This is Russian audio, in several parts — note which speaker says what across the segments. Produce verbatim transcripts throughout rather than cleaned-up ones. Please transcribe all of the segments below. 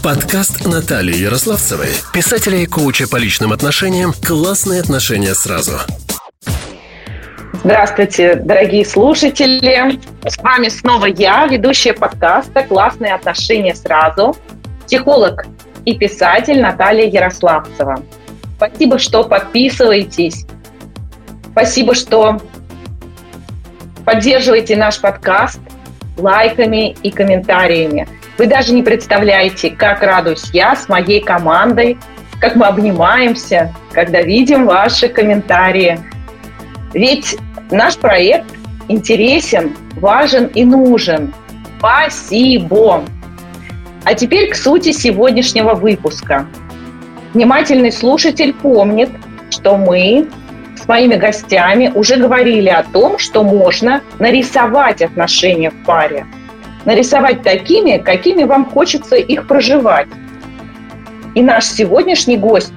Speaker 1: Подкаст Натальи Ярославцевой, писателя и коуча по личным отношениям «Классные отношения сразу».
Speaker 2: Здравствуйте, дорогие слушатели. С вами снова я, ведущая подкаста «Классные отношения сразу», психолог и писатель Наталья Ярославцева. Спасибо, что подписываетесь. Спасибо, что поддерживаете наш подкаст лайками и комментариями. Вы даже не представляете, как радуюсь я с моей командой, как мы обнимаемся, когда видим ваши комментарии. Ведь наш проект интересен, важен и нужен. Спасибо! А теперь к сути сегодняшнего выпуска. Внимательный слушатель помнит, что мы с моими гостями уже говорили о том, что можно нарисовать отношения в паре. Нарисовать такими, какими вам хочется их проживать. И наш сегодняшний гость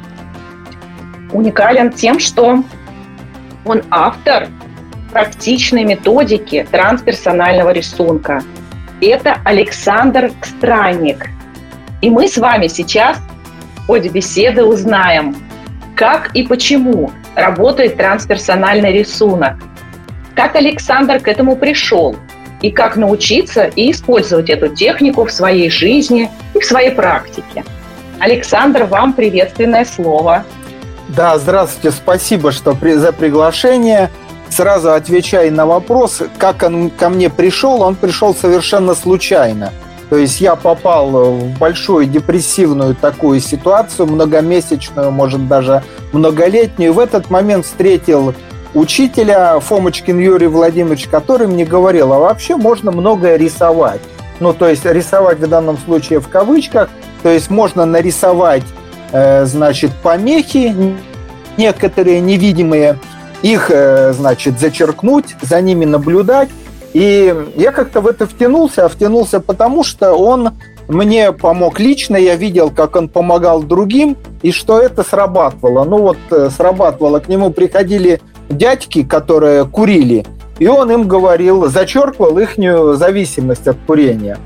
Speaker 2: уникален тем, что он автор практичной методики трансперсонального рисунка. Это Александр Странник. И мы с вами сейчас в ходе беседы узнаем, как и почему работает трансперсональный рисунок, как Александр к этому пришел, и как научиться и использовать эту технику в своей жизни и в своей практике. Александр, вам приветственное слово.
Speaker 3: Да, здравствуйте, спасибо, что при, за приглашение. Сразу отвечая на вопрос, как он ко мне пришел, он пришел совершенно случайно. То есть я попал в большую депрессивную такую ситуацию, многомесячную, может даже многолетнюю. В этот момент встретил учителя, Фомочкин Юрий Владимирович, который мне говорил, а вообще можно многое рисовать. Ну, то есть рисовать в данном случае в кавычках, то есть можно нарисовать, э, значит, помехи, некоторые невидимые, их, э, значит, зачеркнуть, за ними наблюдать. И я как-то в это втянулся, а втянулся потому, что он мне помог лично, я видел, как он помогал другим, и что это срабатывало. Ну вот срабатывало, к нему приходили дядьки, которые курили, и он им говорил, зачеркивал ихнюю зависимость от курения.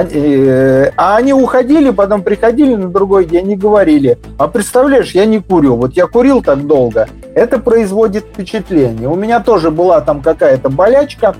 Speaker 3: А они уходили, потом приходили на другой день и говорили, а представляешь, я не курю, вот я курил так долго, это производит впечатление. У меня тоже была там какая-то болячка,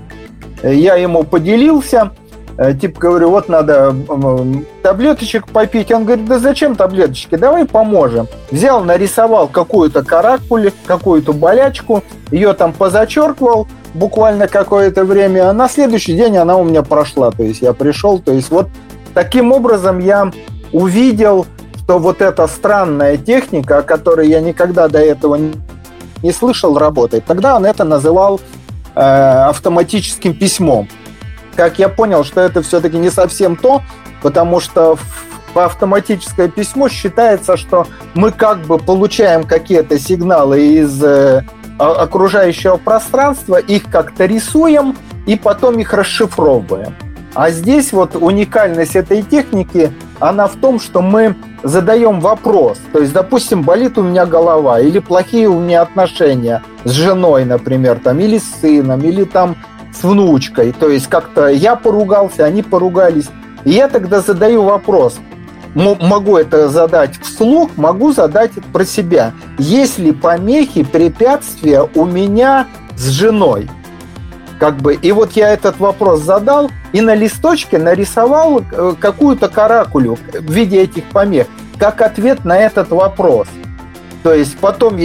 Speaker 3: я ему поделился, типа говорю, вот надо таблеточек попить. Он говорит, да зачем таблеточки, давай поможем. Взял, нарисовал какую-то каракуль, какую-то болячку, ее там позачеркивал буквально какое-то время, а на следующий день она у меня прошла. То есть я пришел, то есть вот таким образом я увидел, что вот эта странная техника, о которой я никогда до этого не слышал, работает. Тогда он это называл э, автоматическим письмом. Как я понял, что это все-таки не совсем то, потому что в автоматическое письмо считается, что мы как бы получаем какие-то сигналы из э, окружающего пространства, их как-то рисуем и потом их расшифровываем. А здесь вот уникальность этой техники, она в том, что мы задаем вопрос. То есть, допустим, болит у меня голова, или плохие у меня отношения с женой, например, там, или с сыном, или там с внучкой. То есть как-то я поругался, они поругались. И я тогда задаю вопрос. М- могу это задать вслух, могу задать это про себя. Есть ли помехи, препятствия у меня с женой? Как бы, и вот я этот вопрос задал, и на листочке нарисовал какую-то каракулю в виде этих помех, как ответ на этот вопрос. То есть потом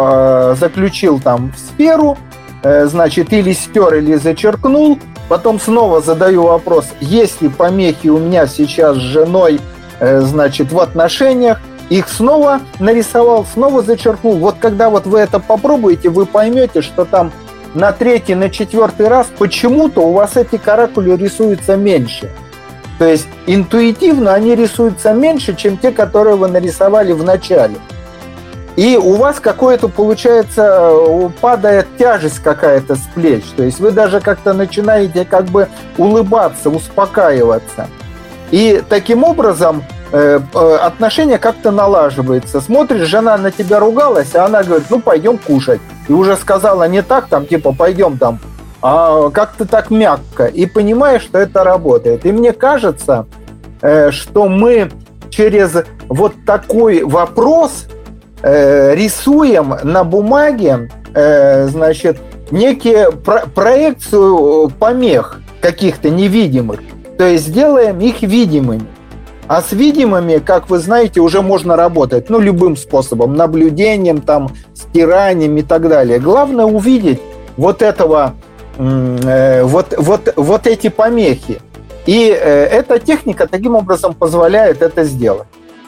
Speaker 3: ее заключил там в сферу, значит, или стер, или зачеркнул. Потом снова задаю вопрос, есть ли помехи у меня сейчас с женой, значит, в отношениях. Их снова нарисовал, снова зачеркнул. Вот когда вот вы это попробуете, вы поймете, что там на третий, на четвертый раз почему-то у вас эти каракули рисуются меньше. То есть интуитивно они рисуются меньше, чем те, которые вы нарисовали в начале. И у вас какое-то, получается, падает тяжесть какая-то с плеч. То есть вы даже как-то начинаете как бы улыбаться, успокаиваться. И таким образом э, отношение как-то налаживается. Смотришь, жена на тебя ругалась, а она говорит, ну пойдем кушать. И уже сказала не так, там, типа, пойдем там, а как-то так мягко. И понимаешь, что это работает. И мне кажется, э, что мы через вот такой вопрос э, рисуем на бумаге, э, значит, некие про- проекцию помех каких-то невидимых, то есть делаем их видимыми. А с видимыми, как вы знаете, уже можно работать, ну, любым способом, наблюдением, там, стиранием и так далее. Главное увидеть вот этого, э, вот, вот, вот эти помехи. И э, эта техника таким образом позволяет это сделать.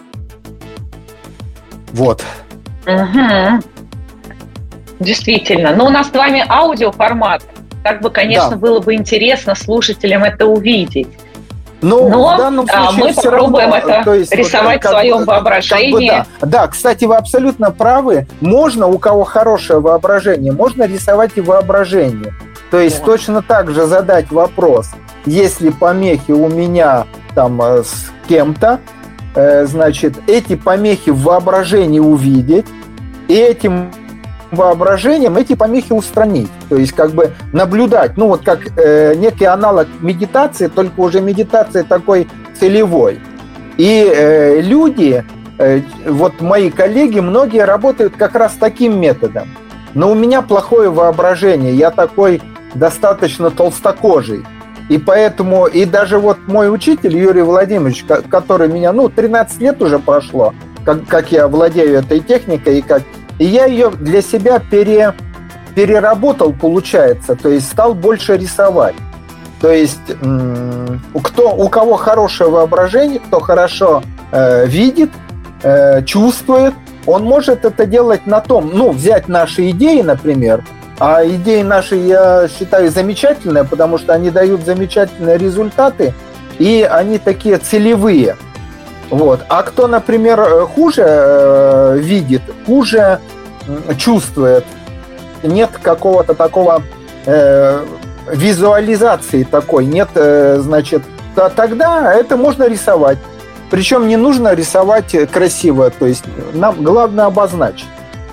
Speaker 3: Вот.
Speaker 2: Угу. Действительно. Но у нас с вами аудиоформат. Так бы, конечно, да. было бы интересно слушателям это увидеть.
Speaker 3: Но,
Speaker 2: Но
Speaker 3: в данном случае
Speaker 2: мы попробуем
Speaker 3: равно,
Speaker 2: это
Speaker 3: то есть,
Speaker 2: рисовать
Speaker 3: вот,
Speaker 2: в своем
Speaker 3: как,
Speaker 2: воображении.
Speaker 3: Как бы, да. да, кстати, вы абсолютно правы. Можно, у кого хорошее воображение, можно рисовать и воображение. То есть да. точно так же задать вопрос, если помехи у меня там с кем-то, э, значит, эти помехи в воображении увидеть, и этим воображением эти помехи устранить. То есть как бы наблюдать, ну вот как э, некий аналог медитации, только уже медитации такой целевой. И э, люди, э, вот мои коллеги, многие работают как раз таким методом. Но у меня плохое воображение, я такой достаточно толстокожий. И поэтому, и даже вот мой учитель Юрий Владимирович, который меня, ну, тринадцать лет уже прошло, как, как я владею этой техникой, и как И я ее для себя пере, переработал, получается, то есть стал больше рисовать. То есть кто, у кого хорошее воображение, кто хорошо э, видит, э, чувствует, он может это делать на том, ну, взять наши идеи, например, а идеи наши, я считаю, замечательные, потому что они дают замечательные результаты, и они такие целевые. Вот. А кто, например, хуже э, видит, хуже э, чувствует, нет какого-то такого э, визуализации такой, нет, э, значит, то, тогда это можно рисовать. Причем не нужно рисовать красиво, то есть нам главное обозначить.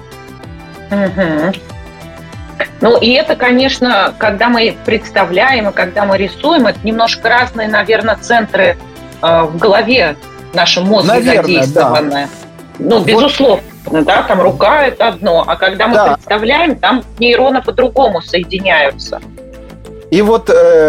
Speaker 2: Угу. Ну и это, конечно, когда мы представляем и когда мы рисуем, это немножко разные, наверное, центры э, в голове. В нашем мозге Наверное, задействованное. Да. Ну, безусловно, вот. да, там рука – это одно, а когда мы да. представляем, там нейроны по-другому соединяются.
Speaker 3: И вот,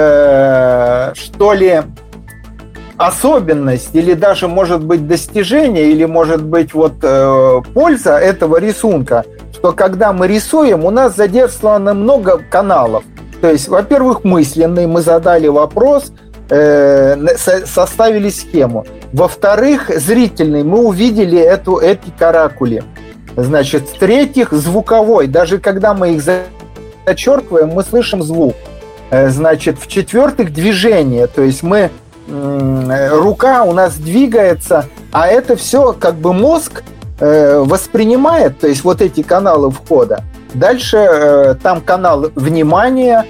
Speaker 3: э, что ли, особенность или даже, может быть, достижение, или, может быть, вот э, польза этого рисунка, что когда мы рисуем, у нас задействовано много каналов. То есть, во-первых, мысленный, мы задали вопрос, э, составили схему. Во-вторых, зрительный, мы увидели эту, эти каракули. Значит, в-третьих, звуковой. Даже когда мы их зачеркиваем, мы слышим звук. Значит, в-четвертых, движение. То есть мы, рука у нас двигается, а это все как бы мозг воспринимает, то есть вот эти каналы входа. Дальше там канал внимания,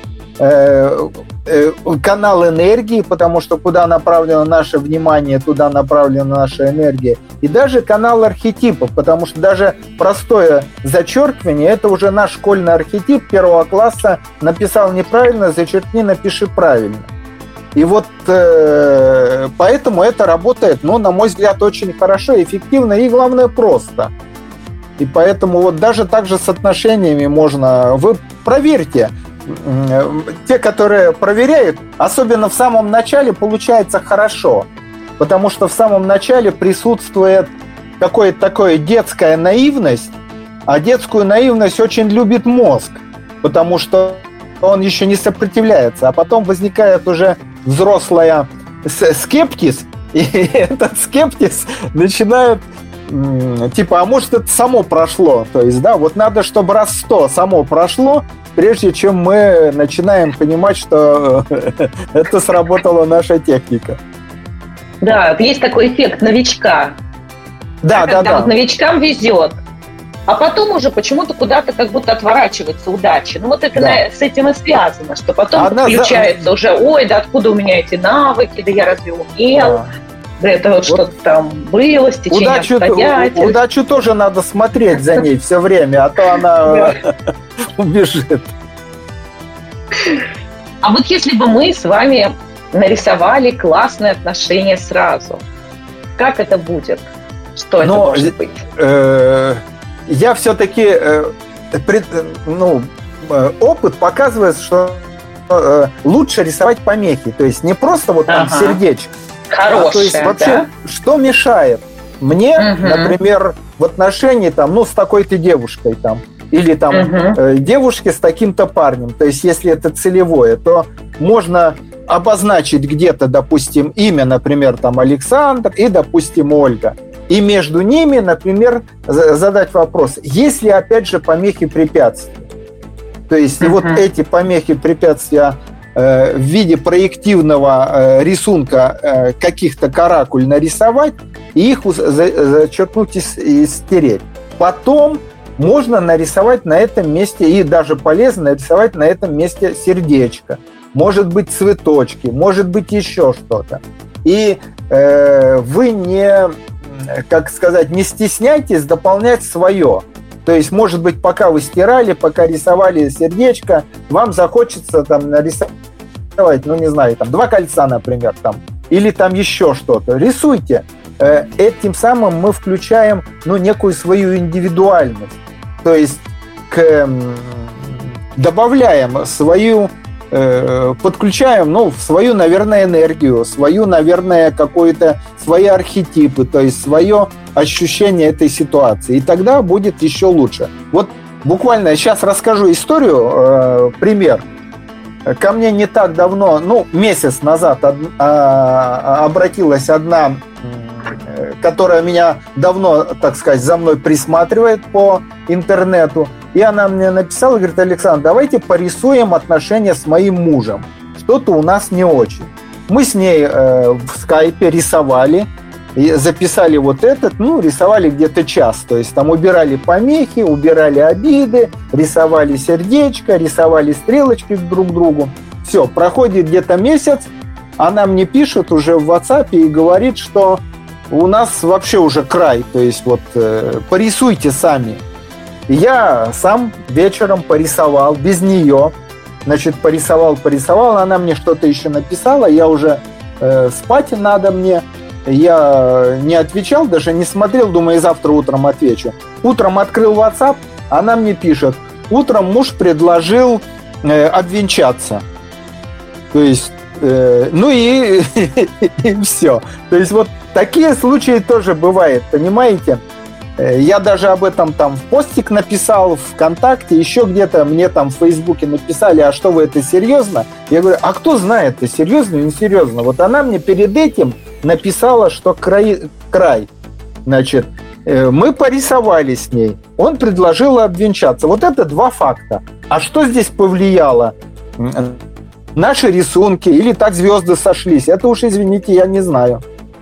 Speaker 3: канал энергии, потому что куда направлено наше внимание, туда направлена наша энергия. И даже канал архетипов, потому что даже простое зачеркивание – это уже наш школьный архетип первого класса. Написал неправильно, зачеркни, напиши правильно. И вот э, поэтому это работает, ну, на мой взгляд, очень хорошо, эффективно и, главное, просто. И поэтому вот даже так же с отношениями можно… Вы проверьте. Те, которые проверяют, особенно в самом начале, получается хорошо, потому что в самом начале присутствует какая-то такая детская наивность, а детскую наивность очень любит мозг, потому что он еще не сопротивляется, а потом возникает уже взрослая скептиз, и этот скептиз начинает типа, а может это само прошло, то есть, да, вот надо, чтобы раз сто само прошло, прежде чем мы начинаем понимать, что это сработала наша техника.
Speaker 2: Да, есть такой эффект новичка.
Speaker 3: Да, да, да.
Speaker 2: Вот новичкам везет, а потом уже почему-то куда-то как будто отворачивается удача. Ну вот это да. на, с этим и связано, что потом Одна включается за... уже, ой, да откуда у меня эти навыки, да я разве умел? Да. Да это вот, вот что-то там было, стечение удачу, обстоятельств.
Speaker 3: Удачу тоже надо смотреть за ней все время, а то она убежит.
Speaker 2: А вот если бы мы с вами нарисовали классные отношения сразу, как это будет? Что
Speaker 3: Но,
Speaker 2: это может быть?
Speaker 3: Э, я все-таки... Э, пред, ну, опыт показывает, что э, лучше рисовать помехи. То есть не просто вот там ага. сердечко.
Speaker 2: Хорошее,
Speaker 3: а, то есть вообще,
Speaker 2: да?
Speaker 3: что мешает мне,
Speaker 2: угу.
Speaker 3: например, в отношении там, ну, с такой-то девушкой там, или там угу. э, девушки с таким-то парнем. То есть если это целевое, то можно обозначить где-то, допустим, имя, например, там Александр и, допустим, Ольга. И между ними, например, задать вопрос, есть ли, опять же, помехи препятствия. То есть uh-huh. вот эти помехи препятствия э, в виде проективного э, рисунка э, каких-то каракуль нарисовать и их за, зачеркнуть и, и стереть. Потом можно нарисовать на этом месте, и даже полезно нарисовать на этом месте сердечко. Может быть, цветочки, может быть, еще что-то. И э, вы не... как сказать, не стесняйтесь дополнять свое. То есть, может быть, пока вы стирали, пока рисовали сердечко, вам захочется там нарисовать, ну, не знаю, там, два кольца, например, там, или там еще что-то. Рисуйте. Этим самым мы включаем, ну, некую свою индивидуальность. То есть, к, добавляем свою, подключаем, ну, свою, наверное, энергию, свою, наверное, какую-то, свои архетипы, то есть свое ощущение этой ситуации. И тогда будет еще лучше. Вот буквально я сейчас расскажу историю, э, пример. Ко мне не так давно, ну, месяц назад од, а, обратилась одна, которая меня давно, так сказать, за мной присматривает по интернету. И она мне написала, говорит: Александр, давайте порисуем отношения с моим мужем. Что-то у нас не очень. Мы с ней э, в скайпе рисовали, записали вот этот, ну, рисовали где-то час. То есть там убирали помехи, убирали обиды, рисовали сердечко, рисовали стрелочки друг к другу. Все, проходит где-то месяц, она мне пишет уже в WhatsApp и говорит, что у нас вообще уже край. То есть вот э, порисуйте сами. Я сам вечером порисовал без нее. Значит, порисовал, порисовал. Она мне что-то еще написала. Я уже э, спать надо мне. Я не отвечал, даже не смотрел. Думаю, завтра утром отвечу. Утром открыл WhatsApp. Она мне пишет: утром муж предложил э, обвенчаться. То есть, э, ну и, и все. То есть вот такие случаи тоже бывают, понимаете? Я даже об этом там в постик написал, ВКонтакте, еще где-то мне там в Фейсбуке написали: а что вы, это серьезно? Я говорю: а кто знает, это серьезно или несерьезно? Вот она мне перед этим написала, что край, край. Значит, мы порисовали с ней, он предложил обвенчаться. Вот это два факта. А что здесь повлияло? Наши рисунки или так звезды сошлись? Это уж, извините, я не знаю.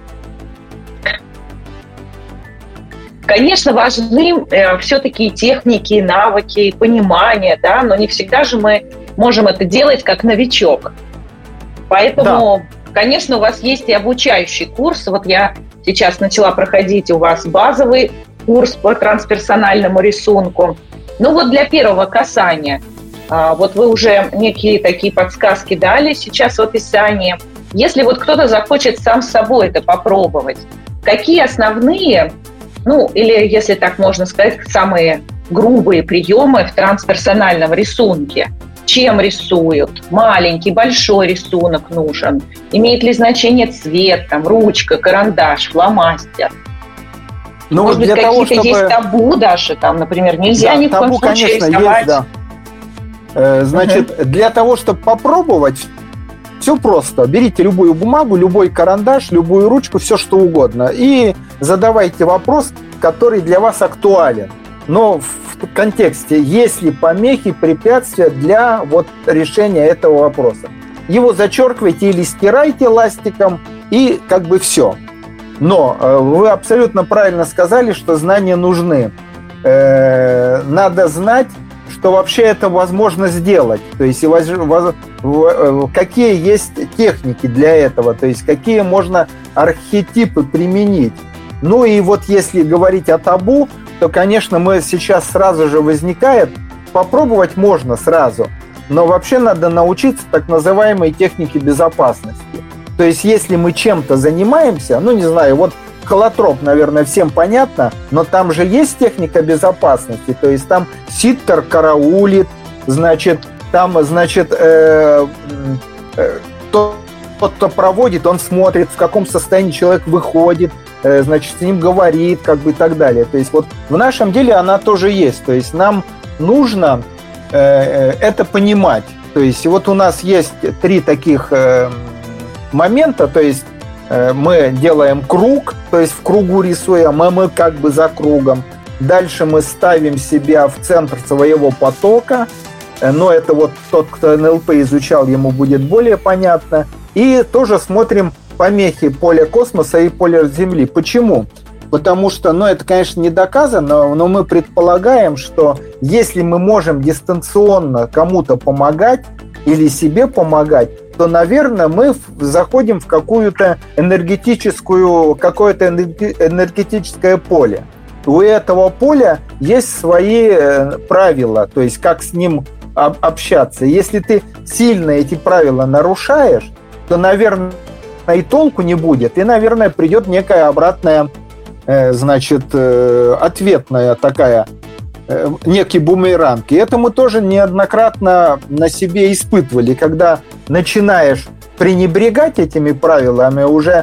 Speaker 2: Конечно, важны э, все-таки техники, навыки, понимание, да, но не всегда же мы можем это делать как новичок. Поэтому, да. Конечно, у вас есть и обучающий курс. Вот я сейчас начала проходить у вас базовый курс по трансперсональному рисунку. Ну вот для первого касания, э, вот вы уже некие такие подсказки дали сейчас в описании. Если вот кто-то захочет сам с собой это попробовать, какие основные... Ну, или, если так можно сказать, самые грубые приемы в трансперсональном рисунке. Чем рисуют? Маленький, большой рисунок нужен? Имеет ли значение цвет, там, ручка, карандаш, фломастер?
Speaker 3: Ну,
Speaker 2: Может быть,
Speaker 3: для
Speaker 2: какие-то
Speaker 3: того, чтобы...
Speaker 2: есть табу даже, там, например, нельзя
Speaker 3: да,
Speaker 2: ни в коем
Speaker 3: табу,
Speaker 2: случае
Speaker 3: конечно,
Speaker 2: рисовать.
Speaker 3: есть, да. Э, значит, uh-huh. для того, чтобы попробовать, все просто. Берите любую бумагу, любой карандаш, любую ручку, все что угодно. И задавайте вопрос, который для вас актуален. Но в контексте, есть ли помехи, препятствия для вот решения этого вопроса. Его зачеркивайте или стирайте ластиком, и как бы все. Но э, вы абсолютно правильно сказали, что знания нужны. Э, надо знать, что вообще это возможно сделать. То есть какие есть техники для этого, то есть какие можно архетипы применить. Ну и вот если говорить о табу, то, конечно, мы сейчас сразу же возникает, попробовать можно сразу, но вообще надо научиться так называемой технике безопасности. То есть если мы чем-то занимаемся, ну не знаю, вот холотроп, наверное, всем понятно, но там же есть техника безопасности, то есть там ситтер караулит, значит, там, значит, э, э, тот, кто проводит, он смотрит, в каком состоянии человек выходит, э, значит, с ним говорит, как бы и так далее. То есть вот в нашем деле она тоже есть, то есть нам нужно э, это понимать. То есть вот у нас есть три таких э, момента, то есть э, мы делаем круг, то есть в кругу рисуем, а мы как бы за кругом. Дальше мы ставим себя в центр своего потока, э, но это вот тот, кто эн эл пэ изучал, ему будет более понятно. И тоже смотрим помехи поля космоса и поля Земли. Почему? Потому что, ну, это, конечно, не доказано, но мы предполагаем, что если мы можем дистанционно кому-то помогать или себе помогать, то, наверное, мы заходим в какую-то энергетическую, какое-то энергетическое поле. У этого поля есть свои правила, то есть как с ним общаться. Если ты сильно эти правила нарушаешь, то, наверное, и толку не будет, и, наверное, придет некая обратная, значит, ответная такая, некий бумеранг. И это мы тоже неоднократно на себе испытывали, когда начинаешь пренебрегать этими правилами уже,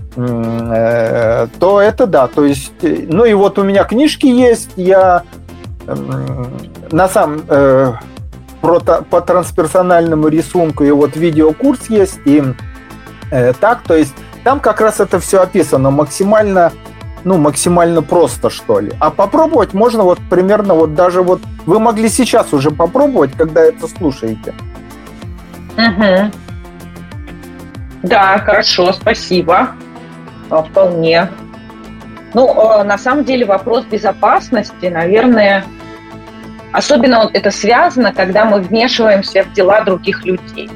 Speaker 3: то это да, то есть, ну и вот у меня книжки есть, я на самом по трансперсональному рисунку, и вот видеокурс есть, и э, так, то есть там как раз это все описано максимально, ну, максимально просто, что ли. А попробовать можно вот примерно вот даже вот, вы могли сейчас уже попробовать, когда это слушаете.
Speaker 2: Угу. Да, хорошо, спасибо. Вполне. Ну, на самом деле вопрос безопасности, наверное, особенно вот это связано, когда мы вмешиваемся в дела других людей.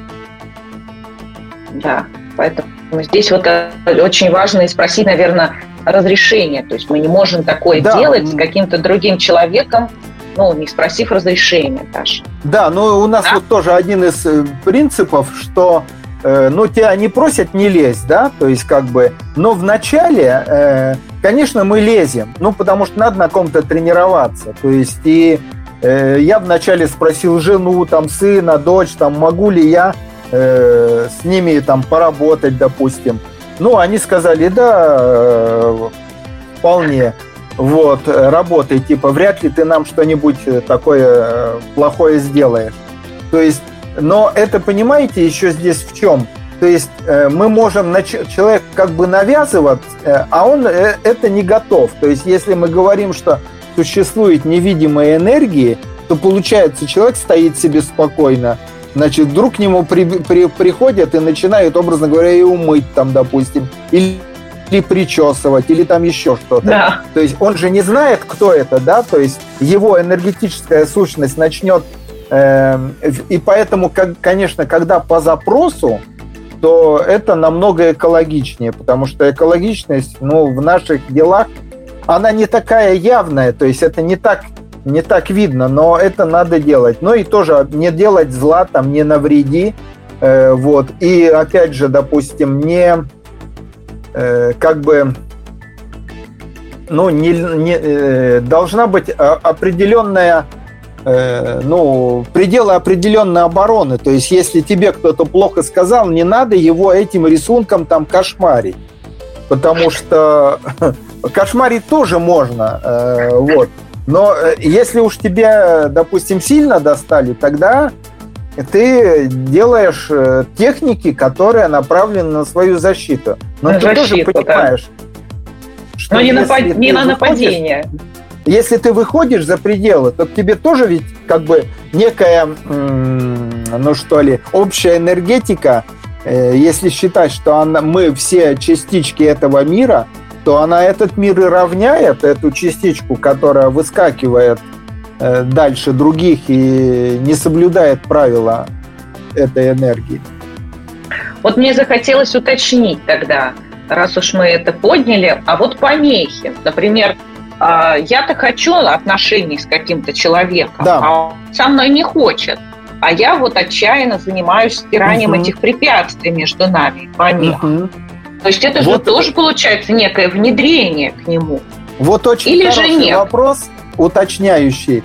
Speaker 2: Да, поэтому здесь вот очень важно и спросить, наверное, разрешение. То есть мы не можем такое да. делать с каким-то другим человеком, ну, не спросив разрешения даже.
Speaker 3: Да, но у нас да? вот тоже один из принципов, что э, ну, тебя не просят не лезть, да, то есть как бы, но вначале, э, конечно, мы лезем, ну, потому что надо на ком-то тренироваться, то есть и я вначале спросил жену, там, сына, дочь, там, могу ли я э, с ними там поработать, допустим. Ну, они сказали, да, э, вполне. Вот, работай, типа, вряд ли ты нам что-нибудь такое плохое сделаешь. То есть, но это, понимаете, еще здесь в чем? То есть э, мы можем, нач- человек как бы навязывать, э, а он э, это не готов. То есть если мы говорим, что существует невидимые энергии, то получается, человек стоит себе спокойно, значит, вдруг к нему при, при, приходят и начинают, образно говоря, и умыть там, допустим, или, или причесывать, или там еще что-то.
Speaker 2: Да.
Speaker 3: То есть он же не знает, кто это, да, то есть его энергетическая сущность начнет, э, и поэтому, как, конечно, когда по запросу, то это намного экологичнее, потому что экологичность, ну, в наших делах, она не такая явная, то есть это не так, не так видно, но это надо делать. Ну и тоже не делать зла, там, не навреди, э, вот. И опять же, допустим, не э, как бы, ну, не, не, э, должна быть определенная, э, ну, пределы определенной обороны. То есть если тебе кто-то плохо сказал, не надо его этим рисунком там кошмарить, потому что кошмарить тоже можно, э, вот. Но если уж тебя, допустим, сильно достали, тогда ты делаешь техники, которые направлены на свою защиту. Но на ты защиту, тоже понимаешь,
Speaker 2: да. что но не, напад... не на нападение.
Speaker 3: Если ты выходишь за пределы, то к тебе тоже ведь как бы некая, ну что ли, общая энергетика, если считать, что она, мы все частички этого мира, то она этот мир и равняет, эту частичку, которая выскакивает э, дальше других и не соблюдает правила этой энергии.
Speaker 2: Вот мне захотелось уточнить тогда, раз уж мы это подняли, а вот помехи. Например, э, я-то хочу отношений с каким-то человеком, да. а он со мной не хочет. А я вот отчаянно занимаюсь стиранием uh-huh. этих препятствий между нами, помех. Uh-huh. То есть это
Speaker 3: вот
Speaker 2: же тоже получается некое внедрение к нему.
Speaker 3: Вот очень
Speaker 2: Или
Speaker 3: хороший
Speaker 2: же нет?
Speaker 3: вопрос, уточняющий.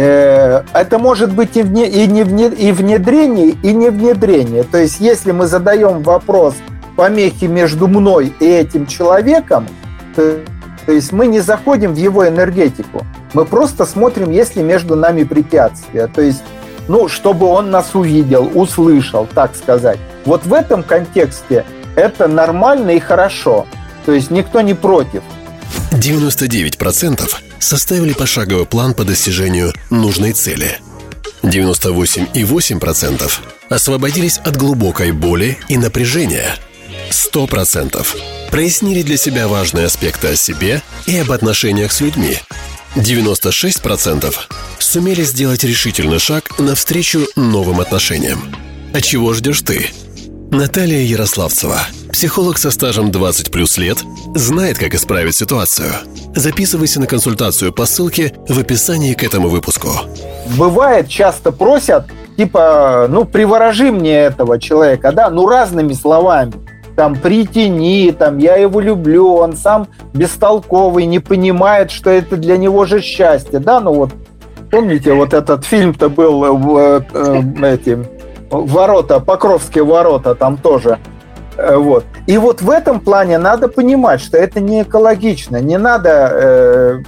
Speaker 3: Это может быть и, вне, и, не вне, и внедрение, и не внедрение. То есть если мы задаем вопрос помехи между мной и этим человеком, то, то есть мы не заходим в его энергетику. Мы просто смотрим, есть ли между нами препятствия. То есть, ну, чтобы он нас увидел, услышал, так сказать. Вот в этом контексте это нормально и хорошо. То есть никто не против.
Speaker 1: девяносто девять процентов составили пошаговый план по достижению нужной цели. девяносто восемь целых восемь десятых процента освободились от глубокой боли и напряжения. сто процентов прояснили для себя важные аспекты о себе и об отношениях с людьми. девяносто шесть процентов сумели сделать решительный шаг навстречу новым отношениям. А чего ждешь ты? Наталья Ярославцева, психолог со стажем двадцать плюс лет, знает, как исправить ситуацию. Записывайся на консультацию по ссылке в описании к этому выпуску.
Speaker 3: Бывает, часто просят, типа, ну, приворожи мне этого человека, да, ну, разными словами. Там, притяни, там, я его люблю, он сам бестолковый, не понимает, что это для него же счастье, да, ну, вот, помните, вот этот фильм-то был, э, э, эти... Ворота, Покровские ворота, там тоже. Вот. И вот в этом плане надо понимать, что это не экологично. Не надо э,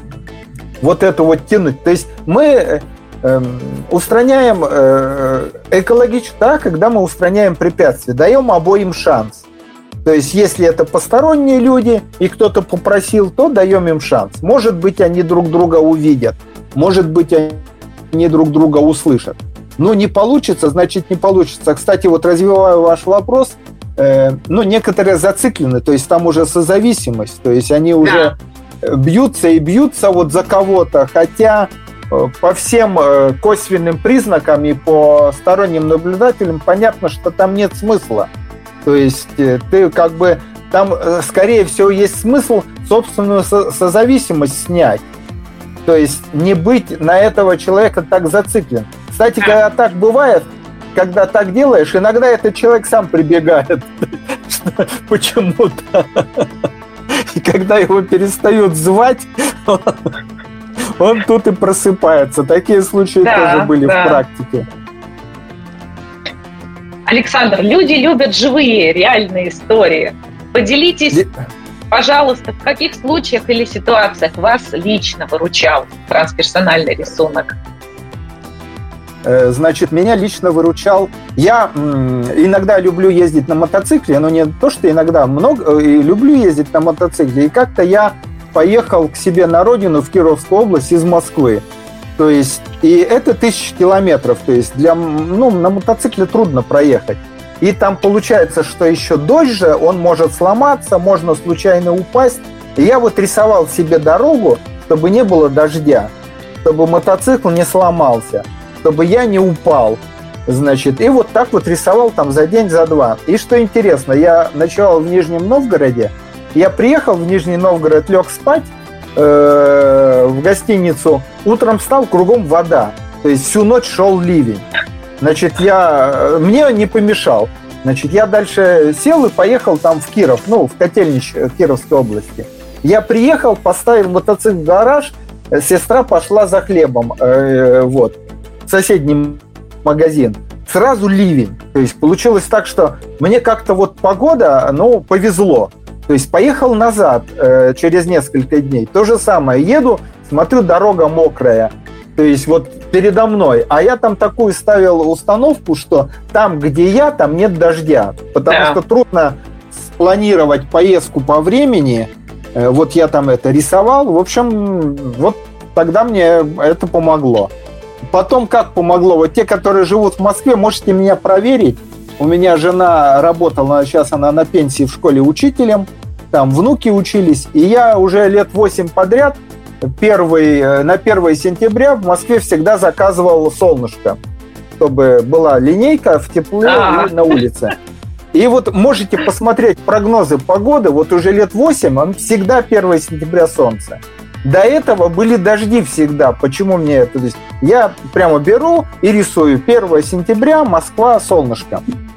Speaker 3: вот это вот тянуть. То есть мы э, устраняем э, экологично, да, когда мы устраняем препятствия, даем обоим шанс. То есть если это посторонние люди и кто-то попросил, то даем им шанс. Может быть, они друг друга увидят. Может быть, они друг друга услышат. Ну, не получится, значит, не получится. Кстати, вот развиваю ваш вопрос, э, ну, некоторые зациклены, то есть там уже созависимость, то есть они уже да. бьются и бьются вот за кого-то, хотя э, по всем э, косвенным признакам и по сторонним наблюдателям понятно, что там нет смысла. То есть э, ты как бы, там, э, скорее всего, есть смысл собственную со- созависимость снять. То есть не быть на этого человека так зациклен. Кстати, когда так бывает, когда так делаешь, иногда этот человек сам прибегает почему-то. И когда его перестают звать, он тут и просыпается. Такие случаи да, тоже были да. в практике.
Speaker 2: Александр, люди любят живые, реальные истории. Поделитесь, пожалуйста, в каких случаях или ситуациях вас лично выручал трансперсональный рисунок?
Speaker 3: Значит, меня лично выручал... Я м, иногда люблю ездить на мотоцикле, но не то, что иногда, много, и люблю ездить на мотоцикле. И как-то я поехал к себе на родину в Кировскую область из Москвы. То есть, и это тысячи километров. То есть, для, ну, на мотоцикле трудно проехать. И там получается, что еще дождь же, он может сломаться, можно случайно упасть. И я вот рисовал себе дорогу, чтобы не было дождя, чтобы мотоцикл не сломался, чтобы я не упал, значит, и вот так вот рисовал там за день, за два. И что интересно, я ночевал в Нижнем Новгороде, я приехал в Нижний Новгород, лег спать э, в гостиницу, утром встал, кругом вода, то есть всю ночь шел ливень. Значит, я, мне не помешал. Значит, я дальше сел и поехал там в Киров, ну, в Котельнич Кировской области. Я приехал, поставил мотоцикл в гараж, сестра пошла за хлебом, э, вот, соседний магазин. Сразу ливень. То есть получилось так, что мне как-то вот погода, ну, повезло. То есть поехал назад э, через несколько дней. То же самое. Еду, смотрю, дорога мокрая. То есть вот передо мной. А я там такую ставил установку, что там, где я, там нет дождя. Потому да. что трудно спланировать поездку по времени. Э, вот я там это рисовал. В общем, вот тогда мне это помогло. Потом как помогло? Вот те, которые живут в Москве, можете меня проверить. У меня жена работала, сейчас она на пенсии в школе учителем, там внуки учились, и я уже лет восемь подряд первый, на первое сентября в Москве всегда заказывал солнышко, чтобы была линейка в тепле и на улице. И вот можете посмотреть прогнозы погоды, вот уже лет восемь, он всегда первое сентября солнце. До этого были дожди всегда. Почему мне это? То есть я прямо беру и рисую. первое сентября, Москва, солнышко.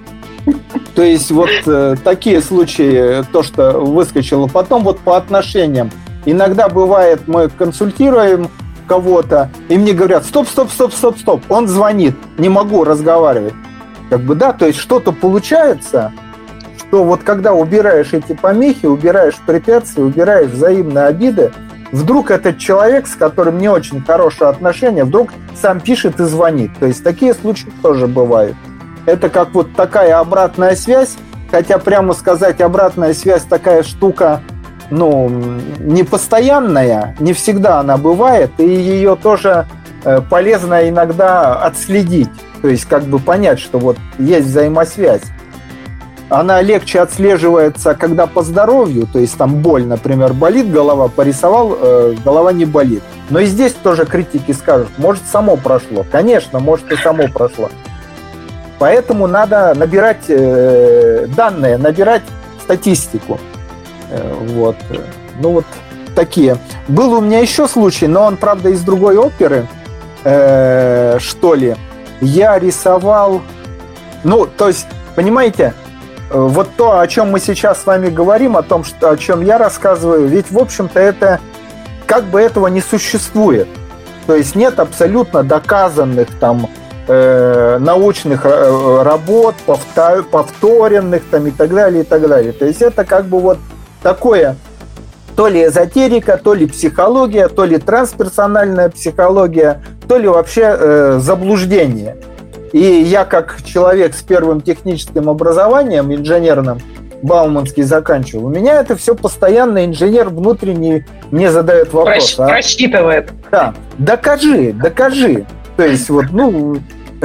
Speaker 3: То есть вот э, такие случаи, то, что выскочило. Потом вот по отношениям. Иногда бывает, мы консультируем кого-то, и мне говорят, стоп, стоп, стоп, стоп, стоп, он звонит, не могу разговаривать. Как бы да, то есть что-то получается, что вот когда убираешь эти помехи, убираешь препятствия, убираешь взаимные обиды, вдруг этот человек, с которым не очень хорошие отношения, вдруг сам пишет и звонит. То есть такие случаи тоже бывают. Это как вот такая обратная связь, хотя прямо сказать, обратная связь такая штука, ну, не постоянная, не всегда она бывает, и ее тоже полезно иногда отследить, то есть как бы понять, что вот есть взаимосвязь. Она легче отслеживается, когда по здоровью, то есть там боль, например, болит голова, порисовал, э, голова не болит. Но и здесь тоже критики скажут, может, само прошло. Конечно, может, и само прошло. Поэтому надо набирать э, данные, набирать статистику. Э, вот. Ну вот такие. Был у меня еще случай, но он, правда, из другой оперы, э, что ли. Я рисовал... Ну, то есть, понимаете... Вот то, о чем мы сейчас с вами говорим, о том, что, о чем я рассказываю, ведь, в общем-то, это как бы этого не существует. То есть нет абсолютно доказанных там э, научных работ, повтор, повторенных там и так далее, и так далее. То есть это как бы вот такое то ли эзотерика, то ли психология, то ли трансперсональная психология, то ли вообще э, заблуждение. И я, как человек с первым техническим образованием, инженерным, Бауманский заканчивал, у меня это все постоянно инженер внутренний мне задает вопрос.
Speaker 2: Просч- а? Просчитывает.
Speaker 3: Да, докажи, докажи. То есть вот, ну...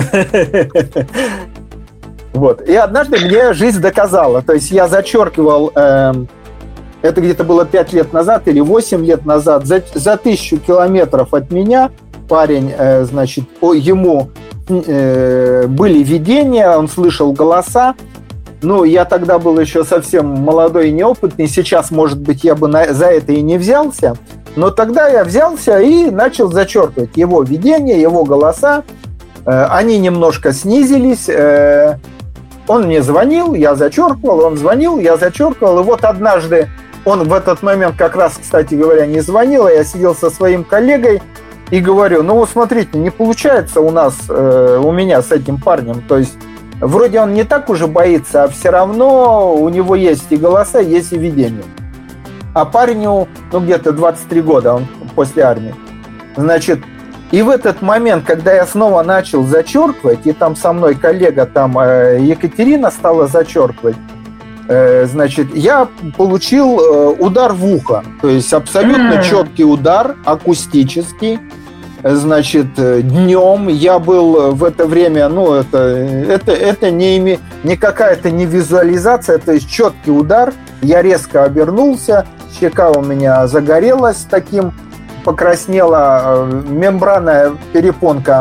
Speaker 3: Вот. И однажды мне жизнь доказала. То есть я зачеркивал... Это где-то было пять лет назад или восемь лет назад. За, за тысячу километров от меня парень, значит, ему... были видения, он слышал голоса. Ну, я тогда был еще совсем молодой и неопытный. Сейчас, может быть, я бы на, за это и не взялся. Но тогда я взялся и начал зачеркивать его видения, его голоса. Э, они немножко снизились. Э, он мне звонил, я зачеркивал, он звонил, я зачеркивал. И вот однажды он в этот момент как раз, кстати говоря, не звонил, а я сидел со своим коллегой и говорю, ну вот смотрите, не получается у нас, э, у меня с этим парнем, то есть вроде он не так уже боится, а все равно у него есть и голоса, есть и видения. А парню, ну где-то двадцать три года, он после армии. Значит, и в этот момент, когда я снова начал зачеркивать, и там со мной коллега, там э, Екатерина стала зачеркивать, э, значит, я получил э, удар в ухо, то есть абсолютно mm. четкий удар, акустический. Значит, днем я был в это время, ну, это, это, это не, име, не какая-то не визуализация, то есть четкий удар. Я резко обернулся, щека у меня загорелась таким, покраснела, мембранная перепонка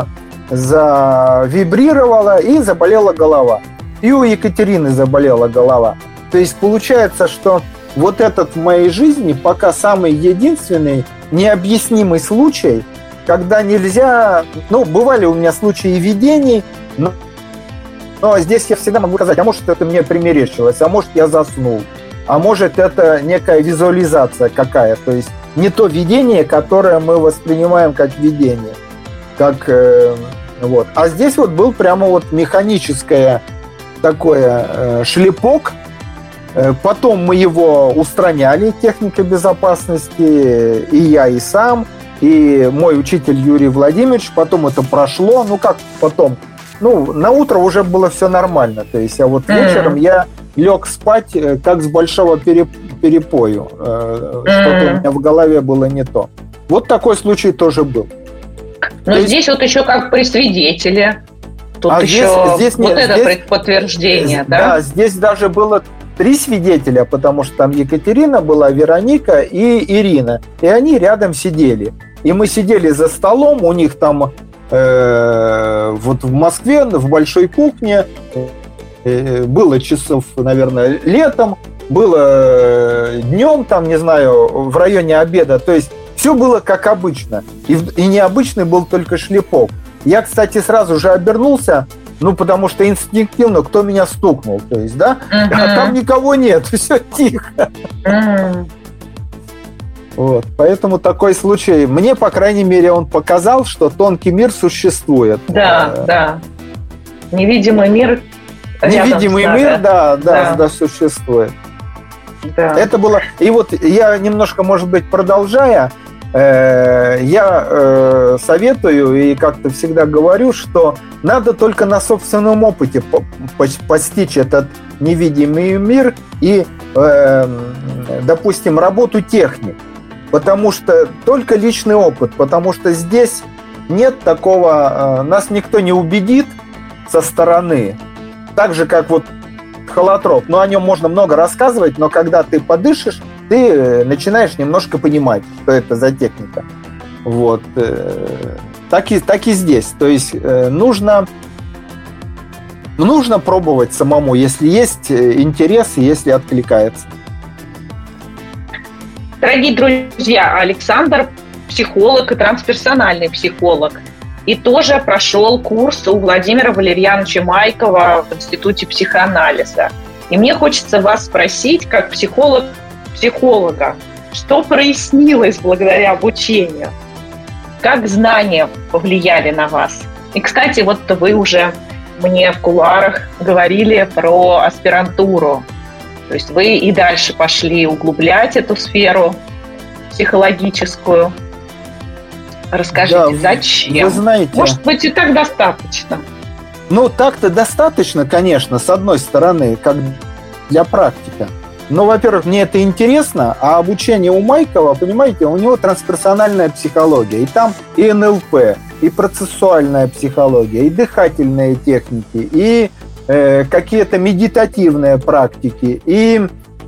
Speaker 3: завибрировала и заболела голова. И у Екатерины заболела голова. То есть получается, что вот этот в моей жизни пока самый единственный необъяснимый случай, когда нельзя... Ну, бывали у меня случаи видений, но, но здесь я всегда могу сказать, а может, это мне примерещилось, а может, я заснул, а может, это некая визуализация какая, то есть не то видение, которое мы воспринимаем как видение. Как, э, вот. А здесь вот был прямо вот механическое такое э, шлепок. Э, потом мы его устраняли, техника безопасности, и я, и сам, и мой учитель Юрий Владимирович. Потом это прошло. Ну, как потом? Ну, на утро уже было все нормально. То есть, а вот вечером mm-hmm. я лег спать, как с большого перепою. Mm-hmm. Что-то у меня в голове было не то. Вот такой случай тоже был.
Speaker 2: Но то здесь есть... вот еще как при свидетеле. Тут а еще здесь, здесь вот нет, это здесь, подтверждение, да?
Speaker 3: Да, здесь даже было три свидетеля, потому что там Екатерина была, Вероника и Ирина. И они рядом сидели. И мы сидели за столом, у них там э, вот в Москве, в большой кухне, э, было часов, наверное, летом, было днем, там, не знаю, в районе обеда. То есть все было как обычно. И, и необычный был только шлепок. Я, кстати, сразу же обернулся, ну, потому что инстинктивно, кто меня стукнул, то есть, да, uh-huh. а там никого нет, все тихо. Uh-huh. Вот, поэтому такой случай, мне, по крайней мере, он показал, что тонкий мир существует.
Speaker 2: Да, а, да. Невидимый мир.
Speaker 3: Невидимый мир, да, да, да, да, существует. Да. Это было... И вот я немножко, может быть, продолжая, э, я э, советую и как-то всегда говорю, что надо только на собственном опыте по- по- постичь этот невидимый мир и, э, допустим, работу техник. Потому что только личный опыт, потому что здесь нет такого... Э, нас никто не убедит со стороны. Так же, как вот холотроп. Ну, о нем можно много рассказывать, но когда ты подышишь, ты начинаешь немножко понимать, что это за техника. Вот. Так и, так и здесь. То есть нужно, нужно пробовать самому, если есть интерес, если откликается.
Speaker 2: Дорогие друзья, Александр психолог и трансперсональный психолог. И тоже прошел курс у Владимира Валерьяновича Майкова в Институте психоанализа. И мне хочется вас спросить, как психолог психолога, что прояснилось благодаря обучению? Как знания повлияли на вас? И, кстати, вот вы уже мне в кулуарах говорили про аспирантуру. То есть вы и дальше пошли углублять эту сферу психологическую. Расскажите, да, зачем?
Speaker 3: Вы знаете,
Speaker 2: может быть, и так достаточно?
Speaker 3: Ну, так-то достаточно, конечно, с одной стороны, как для практики. Но, во-первых, мне это интересно, а обучение у Майкова, понимаете, у него трансперсональная психология. И там и эн эл пэ, и процессуальная психология, и дыхательные техники, и э, какие-то медитативные практики, и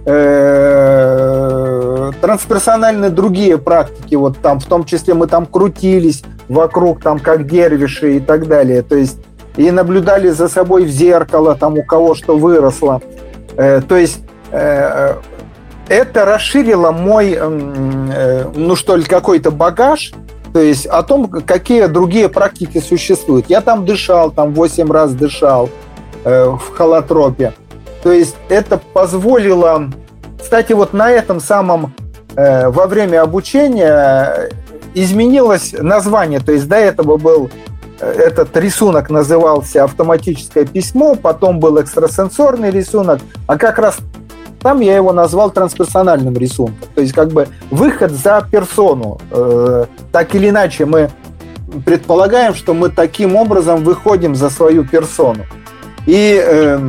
Speaker 3: трансперсональные другие практики, вот там, в том числе мы там крутились вокруг, там, как дервиши и так далее, то есть и наблюдали за собой в зеркало, там, у кого что выросло, э, то есть э, это расширило мой, э, ну что ли, какой-то багаж, то есть о том, какие другие практики существуют. Я там дышал, там восемь раз дышал э, в холотропе. То есть это позволило... Кстати, вот на этом самом э, во время обучения изменилось название. То есть до этого был этот рисунок, назывался «Автоматическое письмо», потом был экстрасенсорный рисунок, а как раз там я его назвал трансперсональным рисунком. То есть как бы выход за персону. Э, так или иначе мы предполагаем, что мы таким образом выходим за свою персону. И... Э,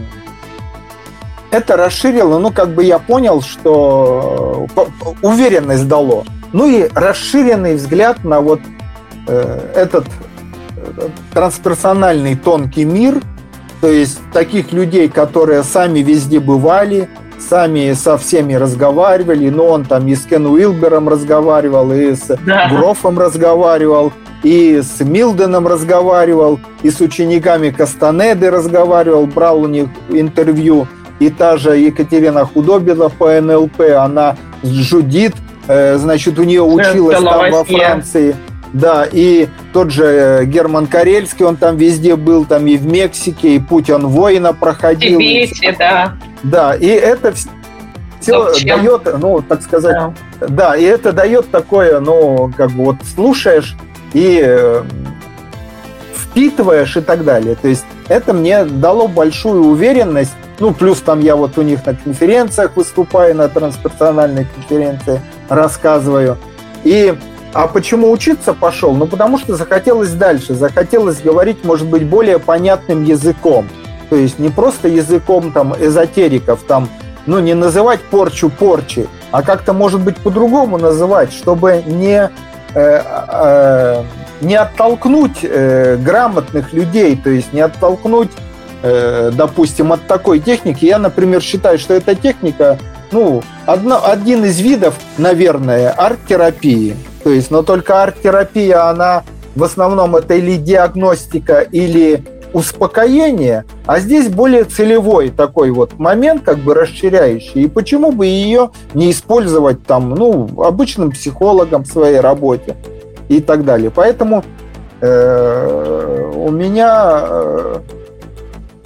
Speaker 3: это расширило, ну, как бы я понял, что уверенность дало. Ну и расширенный взгляд на вот э, этот трансперсональный тонкий мир, то есть таких людей, которые сами везде бывали, сами со всеми разговаривали, но он там и с Кен Уилбером разговаривал, и с да. Грофом разговаривал, и с Милденом разговаривал, и с учениками Кастанеды разговаривал, брал у них интервью. И та же Екатерина Худобина по эн эл пэ, она жудит, э, значит, у нее училась там во Франции. Да, и тот же Герман Карельский, он там везде был, там и в Мексике, и путь он воина проходил. В
Speaker 2: Тибете, да.
Speaker 3: Да, и это все дает, ну, так сказать, да. да, и это дает такое, ну, как бы вот слушаешь и э, впитываешь и так далее. То есть это мне дало большую уверенность. Ну, плюс там я вот у них на конференциях выступаю, на трансперсональной конференции рассказываю. И, а почему учиться пошел? Ну, потому что захотелось дальше, захотелось говорить, может быть, более понятным языком. То есть не просто языком там эзотериков, там, ну, не называть порчу порчей, а как-то, может быть, по-другому называть, чтобы не, э, э, не оттолкнуть э, грамотных людей, то есть не оттолкнуть, допустим, от такой техники. Я, например, считаю, что эта техника, ну, одно, один из видов, наверное, арт-терапии. То есть, но только арт-терапия, она в основном это или диагностика, или успокоение, а здесь более целевой такой вот момент, как бы расширяющий. И почему бы ее не использовать там, ну, обычным психологом в своей работе и так далее. Поэтому э, у меня... Э,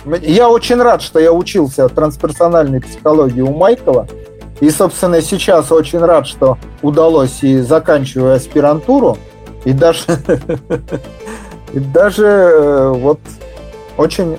Speaker 3: я очень рад, что я учился трансперсональной психологии у Майкова. И, собственно, сейчас очень рад, что удалось, и заканчивая аспирантуру, и даже, и даже вот очень,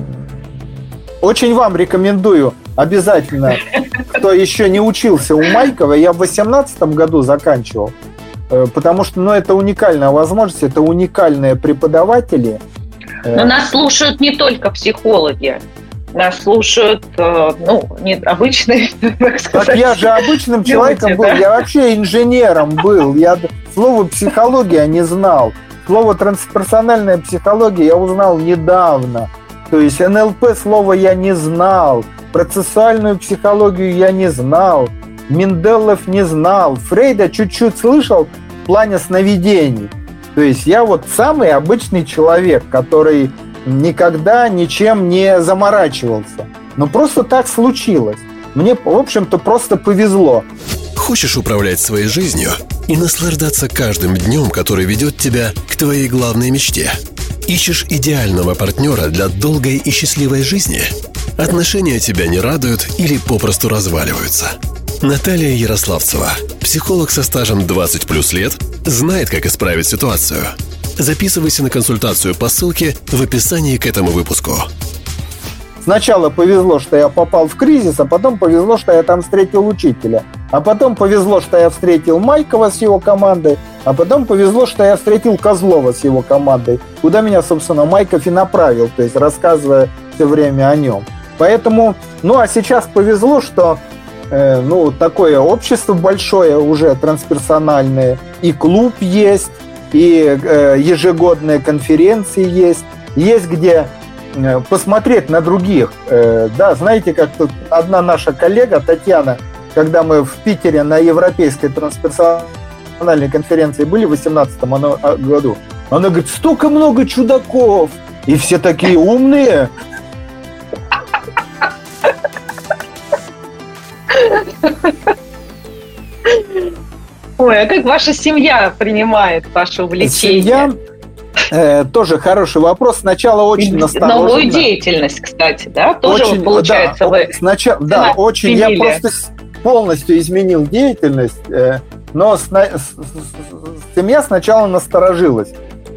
Speaker 3: очень вам рекомендую обязательно, кто еще не учился у Майкова, я в восемнадцатом году заканчивал, потому что, ну, это уникальная возможность, это уникальные преподаватели.
Speaker 2: Но нас слушают не только психологи. Нас слушают, ну, не обычные, так сказать.
Speaker 3: Так я же обычным человеком был, да? Я вообще инженером был. Я слово психология не знал. Слово трансперсональная психология я узнал недавно. То есть эн эл пэ слово я не знал. Процессуальную психологию я не знал. Менделов не знал. Фрейда чуть-чуть слышал в плане сновидений. То есть я вот самый обычный человек, который никогда ничем не заморачивался. Но просто так случилось. Мне, в общем-то, просто повезло.
Speaker 1: Хочешь управлять своей жизнью и наслаждаться каждым днем, который ведет тебя к твоей главной мечте? Ищешь идеального партнера для долгой и счастливой жизни? Отношения тебя не радуют или попросту разваливаются? Наталья Ярославцева, психолог со стажем двадцать плюс лет, знает, как исправить ситуацию. Записывайся на консультацию по ссылке в описании к этому выпуску.
Speaker 3: Сначала повезло, что я попал в кризис, а потом повезло, что я там встретил учителя. А потом повезло, что я встретил Майкова с его командой. А потом повезло, что я встретил Козлова с его командой, куда меня, собственно, Майков и направил, то есть рассказывая все время о нем. Поэтому, ну а сейчас повезло, что э, ну, такое общество большое уже трансперсональное, и клуб есть, и э, ежегодные конференции есть, есть где э, посмотреть на других. Э, да, знаете, как тут одна наша коллега, Татьяна, когда мы в Питере на Европейской трансперсональной конференции были в две тысячи восемнадцатом году, она говорит, столько много чудаков, и все такие умные.
Speaker 2: Ой, а как ваша семья принимает ваше увлечение?
Speaker 3: Семья э, тоже хороший вопрос. Сначала очень настороженно.
Speaker 2: Новую деятельность, кстати, да? Тоже
Speaker 3: очень,
Speaker 2: вот, получается,
Speaker 3: да,
Speaker 2: вы...
Speaker 3: Сначала, да, очень. Я просто полностью изменил деятельность, э, но с, с, с, семья сначала насторожилась.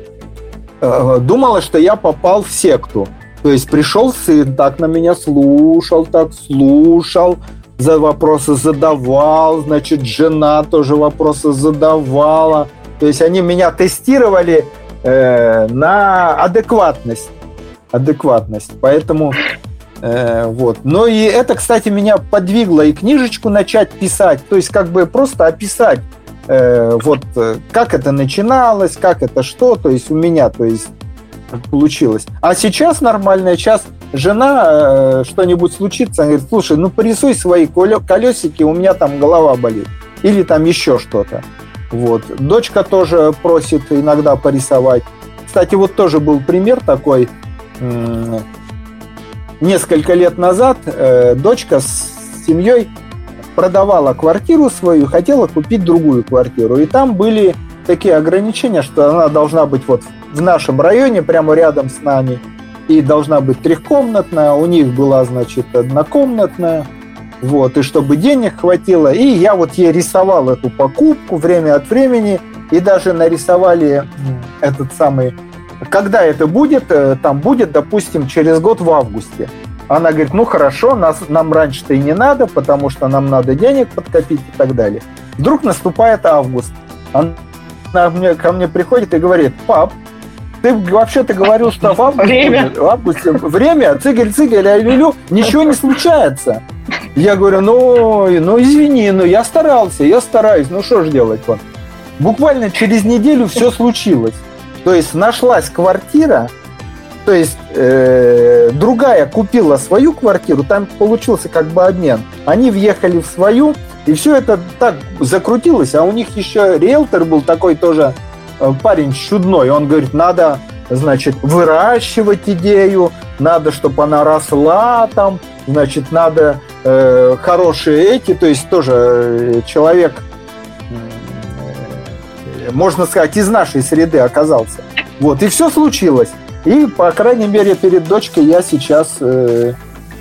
Speaker 3: Э, думала, что я попал в секту. То есть пришел сын, так на меня слушал, так слушал, за вопросы задавал, значит, жена тоже вопросы задавала. То есть они меня тестировали э, на адекватность. Адекватность. Поэтому э, вот. Ну и это, кстати, меня подвигло и книжечку начать писать. То есть как бы просто описать, э, вот как это начиналось, как это что. То есть у меня, то есть получилось. А сейчас нормально, сейчас жена, э, что-нибудь случится, она говорит, слушай, ну порисуй свои колесики, у меня там голова болит. Или там еще что-то. Вот. Дочка тоже просит иногда порисовать. Кстати, вот тоже был пример такой. М- несколько лет назад э, дочка с семьей продавала квартиру свою, хотела купить другую квартиру. И там были такие ограничения, что она должна быть вот в нашем районе, прямо рядом с нами, и должна быть трехкомнатная, у них была, значит, однокомнатная, вот, и чтобы денег хватило, и я вот ей рисовал эту покупку время от времени, и даже нарисовали этот самый, когда это будет, там будет, допустим, через год в августе. Она говорит, ну хорошо, нас, нам раньше-то и не надо, потому что нам надо денег подкопить и так далее. Вдруг наступает август, она мне, ко мне приходит и говорит, пап, ты вообще-то говорил, что в августе, время. В августе время, цигель-цигель, ай-лю-лю, ничего не случается. Я говорю, ну, ну извини, ну я старался, я стараюсь, ну что ж делать вот. Буквально через неделю все случилось. То есть нашлась квартира, то есть э, другая купила свою квартиру, там получился как бы обмен. Они въехали в свою, и все это так закрутилось, а у них еще риэлтор был такой тоже, парень чудной, он говорит, надо, значит, выращивать идею, надо, чтобы она росла там, значит, надо э, хорошие эти, то есть тоже человек, э, можно сказать, из нашей среды оказался. Вот, и все случилось. И, по крайней мере, перед дочкой я сейчас э,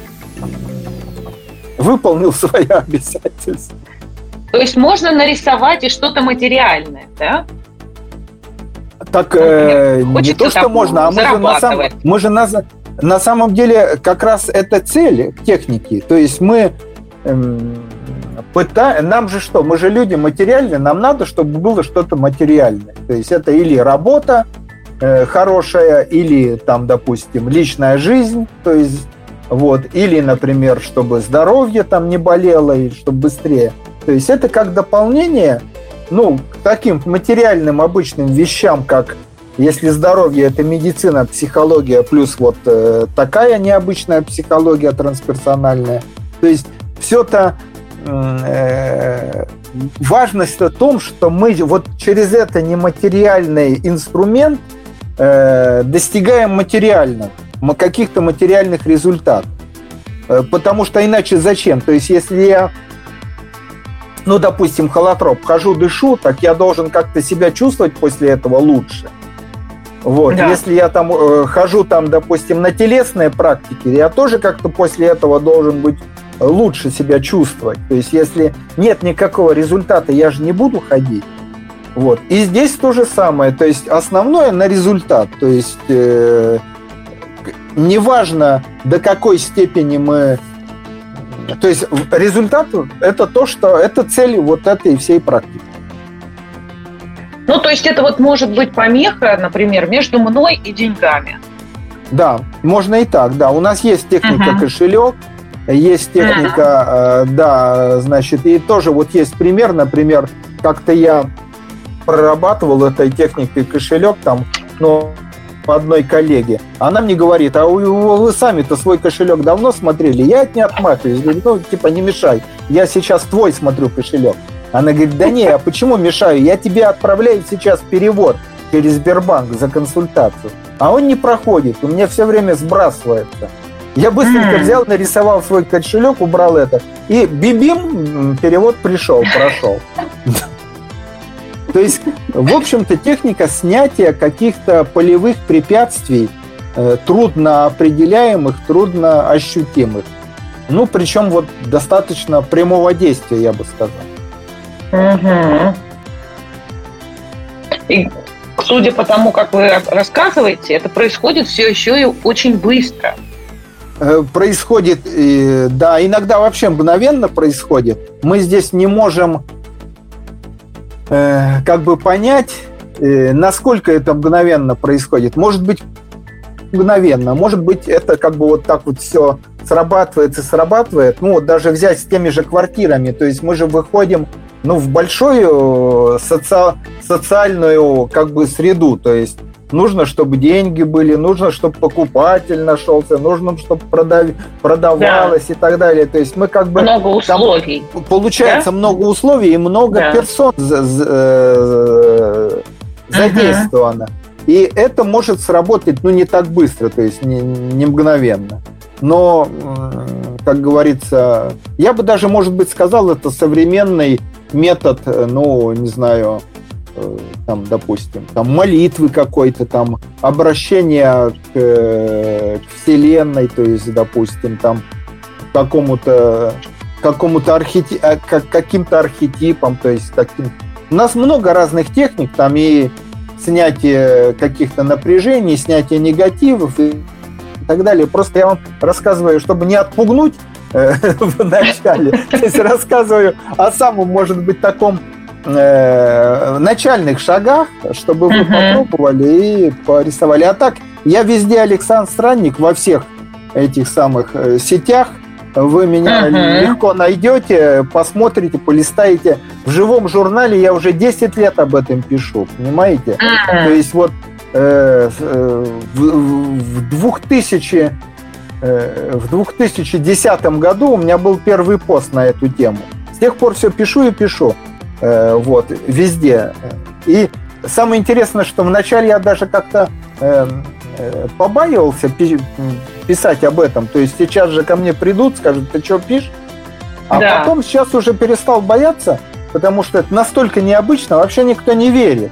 Speaker 3: выполнил свои обязательства.
Speaker 2: То есть можно нарисовать и что-то материальное, да?
Speaker 3: Так э, не то, что можно, а мы же, на, сам, мы же на, на самом деле как раз это цель техники. То есть мы эм, пытаем, нам же что, мы же люди материальные, нам надо, чтобы было что-то материальное. То есть это или работа э, хорошая, или там, допустим, личная жизнь, то есть вот, или, например, чтобы здоровье там не болело, и чтобы быстрее. То есть это как дополнение, ну, к таким материальным обычным вещам, как если здоровье – это медицина, психология, плюс вот э, такая необычная психология трансперсональная. То есть все-то э, важность в том, что мы вот через это нематериальный инструмент э, достигаем материального, каких-то материальных результатов. Э, потому что иначе зачем? То есть если я, ну, допустим, холотроп, хожу, дышу, так я должен как-то себя чувствовать после этого лучше. Вот. Да. Если я там э, хожу, там, допустим, на телесные практики, я тоже как-то после этого должен быть лучше себя чувствовать. То есть если нет никакого результата, я же не буду ходить. Вот. И здесь то же самое. То есть основное на результат. То есть э, неважно, до какой степени мы... То есть результат – это то, что это цель вот этой всей практики.
Speaker 2: Ну, то есть это вот может быть помеха, например, между мной и деньгами.
Speaker 3: Да, можно и так, да. У нас есть техника uh-huh. кошелек, есть техника, uh-huh. э, да, значит, и тоже вот есть пример, например, как-то я прорабатывал этой техникой кошелек там, ну, одной коллеге. Она мне говорит, а вы, вы сами-то свой кошелек давно смотрели? Я от не отмахиваюсь. Говорю, ну, типа, не мешай. Я сейчас твой смотрю кошелек. Она говорит, да не, а почему мешаю? Я тебе отправляю сейчас перевод через Сбербанк за консультацию. А он не проходит, у меня все время сбрасывается. Я быстренько mm. взял, нарисовал свой кошелек, убрал это. И бибим, перевод пришел, прошел. То есть, в общем-то, техника снятия каких-то полевых препятствий, трудно определяемых, трудно ощутимых. Ну, причем вот достаточно прямого действия, я бы сказал.
Speaker 2: Угу. И судя по тому, как вы рассказываете, это происходит все еще и очень быстро.
Speaker 3: Происходит, да, иногда вообще мгновенно происходит. Мы здесь не можем э, как бы понять, э, насколько это мгновенно происходит. Может быть, мгновенно, может быть, это как бы вот так вот все срабатывает и срабатывает. Ну, вот даже взять с теми же квартирами. То есть мы же выходим, ну, в большую соци... социальную как бы среду. То есть нужно, чтобы деньги были, нужно, чтобы покупатель нашелся, нужно, чтобы продав... продавалось, да, и так далее. То есть мы как бы...
Speaker 2: Много условий.
Speaker 3: Получается, да? Много условий и много, да, персон задействовано. Угу. И это может сработать, ну, не так быстро, то есть не, не мгновенно. Но, как говорится, я бы даже, может быть, сказал, это современный метод, ну, не знаю, там, допустим, там, молитвы какой-то, там, обращения к, к Вселенной, то есть, допустим, там, к какому-то, какому-то архети... к каким-то архетипам, то есть, таким. У нас много разных техник, там и снятие каких-то напряжений, снятие негативов и так далее. Просто я вам рассказываю, чтобы не отпугнуть э, в начале. То есть рассказываю о самом, может быть, таком э, начальных шагах, чтобы вы uh-huh. попробовали и порисовали. А так, я везде Александр Странник, во всех этих самых э, сетях. Вы меня uh-huh. легко найдете, посмотрите, полистаете. В живом журнале я уже десять лет об этом пишу, понимаете? Uh-huh. То есть вот э, э, в, в, двухтысячном, э, в две тысячи десятом году у меня был первый пост на эту тему. С тех пор все пишу и пишу. Э, вот, везде. И самое интересное, что вначале я даже как-то э, э, побаивался писать об этом. То есть сейчас же ко мне придут, скажут, ты что пишешь? А да. потом сейчас уже перестал бояться, потому что это настолько необычно, вообще никто не верит.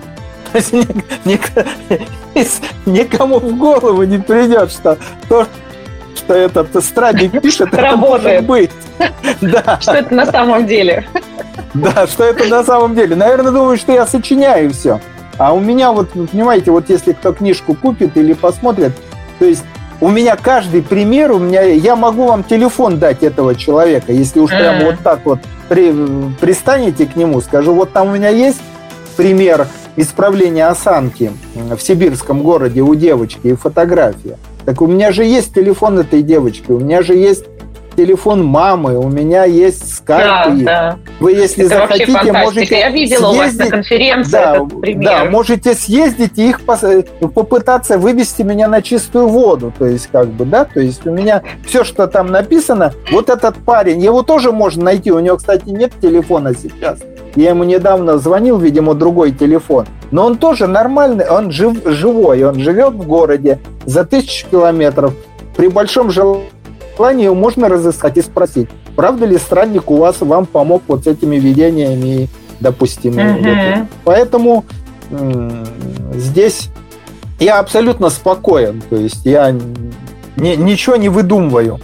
Speaker 3: Никому в голову не придет, что то, что этот эстрадник пишет, это может быть. Да.
Speaker 2: Что это на самом деле.
Speaker 3: Да, что это на самом деле. Наверное, думаю, что я сочиняю все. А у меня вот, понимаете, вот если кто книжку купит или посмотрит, то есть у меня каждый пример, у меня, я могу вам телефон дать этого человека, если уж прямо вот так вот при, пристанете к нему, скажу, вот там у меня есть пример исправления осанки в сибирском городе у девочки и фотография. Так у меня же есть телефон этой девочки, у меня же есть телефон мамы, у меня есть скайп.
Speaker 2: Да, да.
Speaker 3: Вы, если это захотите, можете
Speaker 2: Я видела
Speaker 3: съездить,
Speaker 2: у вас на конференции
Speaker 3: да,
Speaker 2: этот пример.
Speaker 3: Да, можете съездить и их попытаться вывести меня на чистую воду. То есть, как бы, да, то есть у меня все, что там написано, вот этот парень, его тоже можно найти. У него, кстати, нет телефона сейчас. Я ему недавно звонил, видимо, другой телефон. Но он тоже нормальный, он жив, живой, он живет в городе за тысячу километров. При большом желании его можно разыскать и спросить, правда ли странник у вас вам помог вот с этими видениями, допустим. Mm-hmm. Вот. Поэтому м- здесь я абсолютно спокоен, то есть я не, ничего не выдумываю.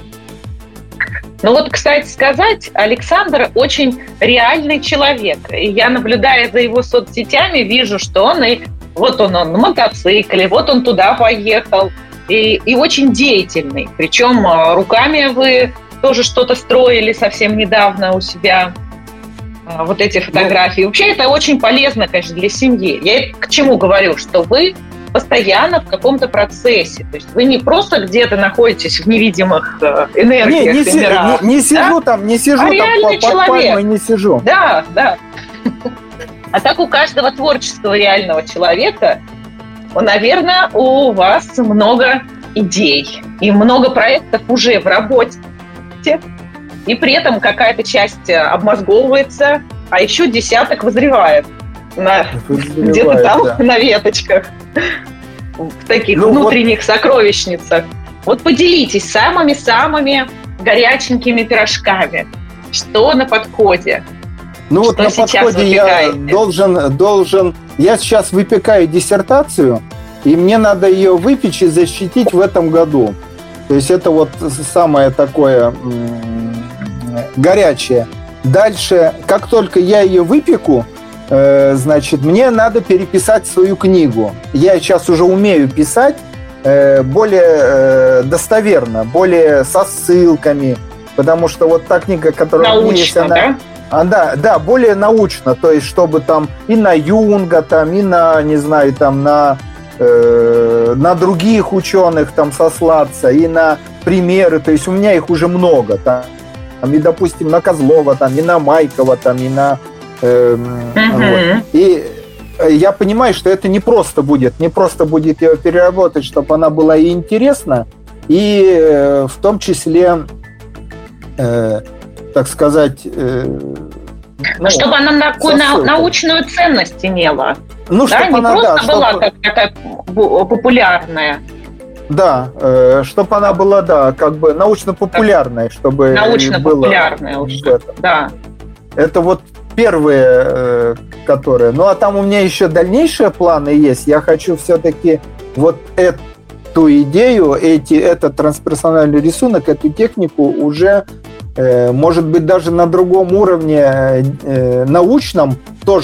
Speaker 2: Ну вот, кстати сказать, Александр очень реальный человек. И я, наблюдая за его соцсетями, вижу, что он и вот он, он на мотоцикле, вот он туда поехал. И, и очень деятельный. Причем руками вы тоже что-то строили совсем недавно у себя. Вот эти фотографии. Ну, вообще это очень полезно, конечно, для семьи. Я к чему говорю? Что вы постоянно в каком-то процессе. То есть вы не просто где-то находитесь в невидимых энергиях.
Speaker 3: Не, не, си, не, не сижу да? там, не сижу
Speaker 2: а
Speaker 3: там под пальмой, не сижу.
Speaker 2: Да, да. А так у каждого творческого реального человека, наверное, у вас много идей и много проектов уже в работе. И при этом какая-то часть обмозговывается, а еще десяток вызревает. На, где-то там да. на веточках, в таких ну, внутренних вот... сокровищницах. Вот поделитесь самыми-самыми горяченькими пирожками. Что на подходе?
Speaker 3: Ну вот на подходе я должен, должен... Я сейчас выпекаю диссертацию, и мне надо ее выпечь и защитить в этом году. То есть это вот самое такое м- горячее. Дальше, как только я ее выпеку, значит, мне надо переписать свою книгу. Я сейчас уже умею писать более достоверно, более со ссылками, потому что вот та книга, которая
Speaker 2: научно,
Speaker 3: у меня есть, она,
Speaker 2: да?
Speaker 3: А, да, да, более научно, то есть чтобы там и на Юнга, там и на, не знаю, там на э, на других ученых там сослаться, и на примеры, то есть у меня их уже много, там, и, допустим, на Козлова, там, и на Майкова, там, и на Uh-huh. Вот. И я понимаю, что это не просто будет, не просто будет ее переработать, чтобы она была и интересна, и э, в том числе, э, так сказать, э,
Speaker 2: ну, чтобы она такую на, научную ценность имела,
Speaker 3: ну,
Speaker 2: да, не
Speaker 3: она,
Speaker 2: просто
Speaker 3: да,
Speaker 2: была
Speaker 3: чтобы...
Speaker 2: как такая популярная.
Speaker 3: Да, э, чтобы она была, да, как бы научно-популярная, чтобы
Speaker 2: научно-популярная
Speaker 3: было
Speaker 2: уже, да.
Speaker 3: Это вот первые, которые... Ну, а там у меня еще дальнейшие планы есть. Я хочу все-таки вот эту идею, эти, этот трансперсональный рисунок, эту технику уже, может быть, даже на другом уровне научном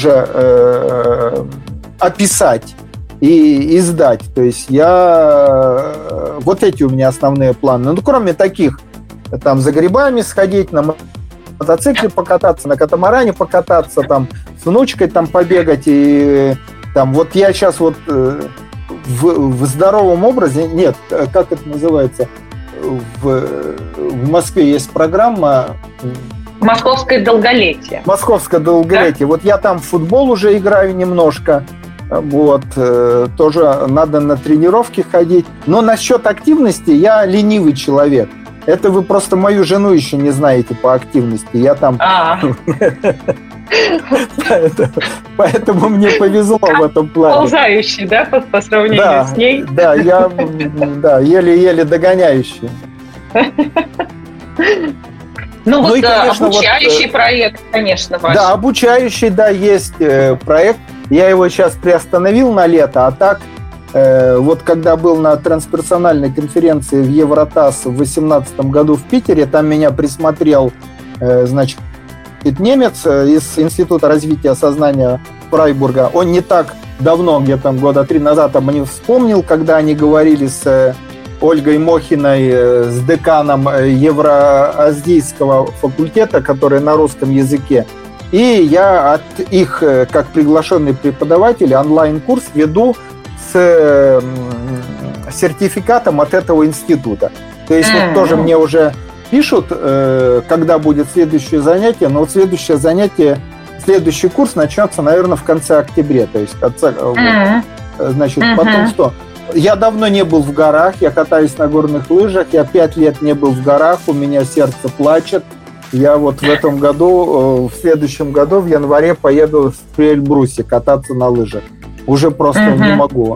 Speaker 3: тоже описать и издать. То есть я... Вот эти у меня основные планы. Ну, кроме таких, там, за грибами сходить, на мотоцикле покататься, на катамаране покататься, там, с внучкой там побегать. И там, вот я сейчас вот э, в, в здоровом образе, нет, как это называется, в, в Москве есть программа...
Speaker 2: Московское долголетие.
Speaker 3: Московское долголетие. Да? Вот я там в футбол уже играю немножко, вот, э, тоже надо на тренировки ходить. Но насчет активности я ленивый человек. Это вы просто мою жену еще не знаете по активности. Я там... Поэтому мне повезло в этом плане.
Speaker 2: Ползающий, да, по сравнению с ней?
Speaker 3: Да, я еле-еле догоняющий.
Speaker 2: Ну вот обучающий проект, конечно, ваш.
Speaker 3: Да, обучающий, да, есть проект. Я его сейчас приостановил на лето, а так, э, вот когда был на трансперсональной конференции в Евротас в две тысячи восемнадцатом году в Питере, там меня присмотрел, э, значит, немец из Института развития сознания Фрайбурга. Он не так давно, где-то года три назад, об не вспомнил, когда они говорили с Ольгой Мохиной, с деканом Евроазийского факультета, который на русском языке. И я от их, как приглашенный преподаватель, онлайн-курс веду с сертификатом от этого института. То есть вот тоже мне уже пишут, когда будет следующее занятие, но вот следующее занятие, следующий курс начнется, наверное, в конце октября. То есть, конце, mm-hmm. вот, значит, mm-hmm. потом что? Я давно не был в горах, я катаюсь на горных лыжах, я пять лет не был в горах, у меня сердце плачет. Я вот в этом году, в следующем году, в январе поеду в Эльбрусе кататься на лыжах. Уже просто mm-hmm. не могу.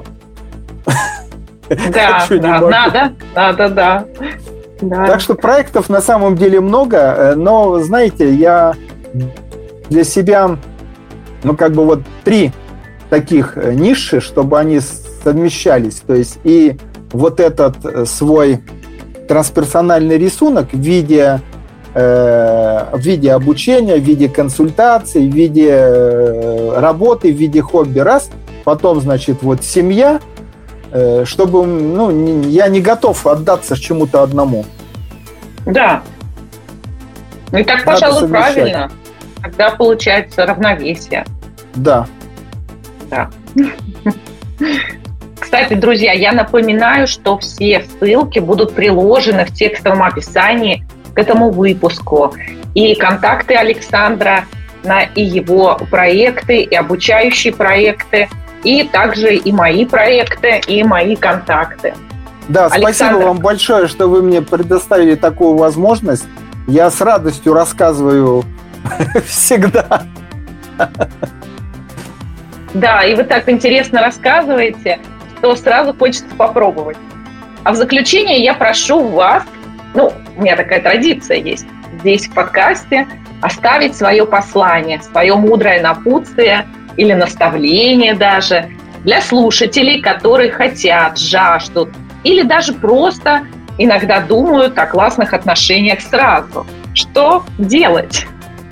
Speaker 2: Да, да, надо, надо, да. Да.
Speaker 3: Так что проектов на самом деле много, но, знаете, я для себя, ну, как бы вот три таких ниши, чтобы они совмещались. То есть и вот этот свой трансперсональный рисунок в виде, э, в виде обучения, в виде консультаций, в виде э, работы, в виде хобби, раз. Потом, значит, вот семья, э, чтобы, ну, не, я не готов отдаться чему-то одному.
Speaker 2: Да. Ну и так, пожалуй, правильно. Тогда получается равновесие.
Speaker 3: Да.
Speaker 2: Да. Кстати, друзья, я напоминаю, что все ссылки будут приложены в текстовом описании к этому выпуску. И контакты Александра на и его проекты, и обучающие проекты, и также и мои проекты, и мои контакты.
Speaker 3: Да,
Speaker 2: Александр,
Speaker 3: спасибо вам большое, что вы мне предоставили такую возможность. Я с радостью рассказываю всегда.
Speaker 2: Да, и вы так интересно рассказываете, что сразу хочется попробовать. А в заключение я прошу вас, ну, у меня такая традиция есть здесь в подкасте, оставить свое послание, свое мудрое напутствие или наставление даже для слушателей, которые хотят, жаждут или даже просто иногда думают о классных отношениях сразу. Что делать?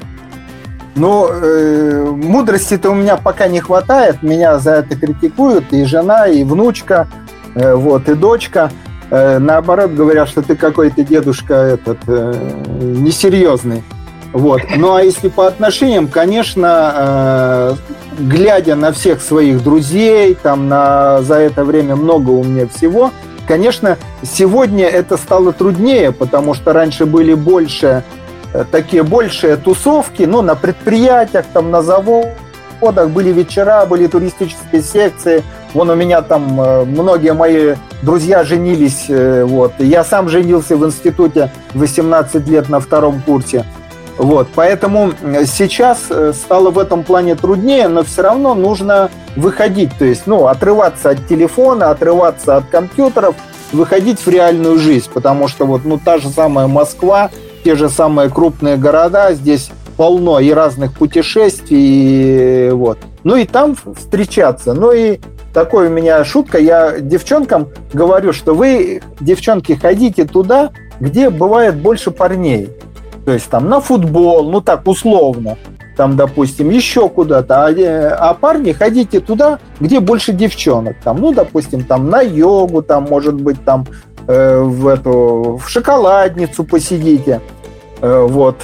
Speaker 3: Ну, э, мудрости-то у меня пока не хватает. Меня за это критикуют и жена, и внучка, э, вот, и дочка. Э, наоборот, говорят, что ты какой-то дедушка этот, э, несерьезный. Вот. Ну, а если по отношениям, конечно, э, глядя на всех своих друзей, там на, за это время много у меня всего, конечно, сегодня это стало труднее, потому что раньше были больше... такие большие тусовки, ну, на предприятиях, там, на заводах, были вечера, были туристические секции. Вон у меня там многие мои друзья женились, вот. Я сам женился в институте восемнадцать лет на втором курсе. Вот. Поэтому сейчас стало в этом плане труднее, но все равно нужно выходить, то есть, ну, отрываться от телефона, отрываться от компьютеров, выходить в реальную жизнь, потому что вот, ну, та же самая Москва, те же самые крупные города, здесь полно и разных путешествий, и вот. Ну и там встречаться. Ну и такой у меня шутка, я девчонкам говорю, что вы, девчонки, ходите туда, где бывает больше парней. То есть там на футбол, ну так условно, там, допустим, еще куда-то. А, а парни, ходите туда, где больше девчонок. Там, ну, допустим, там на йогу, там, может быть, там в эту в шоколадницу посидите, вот,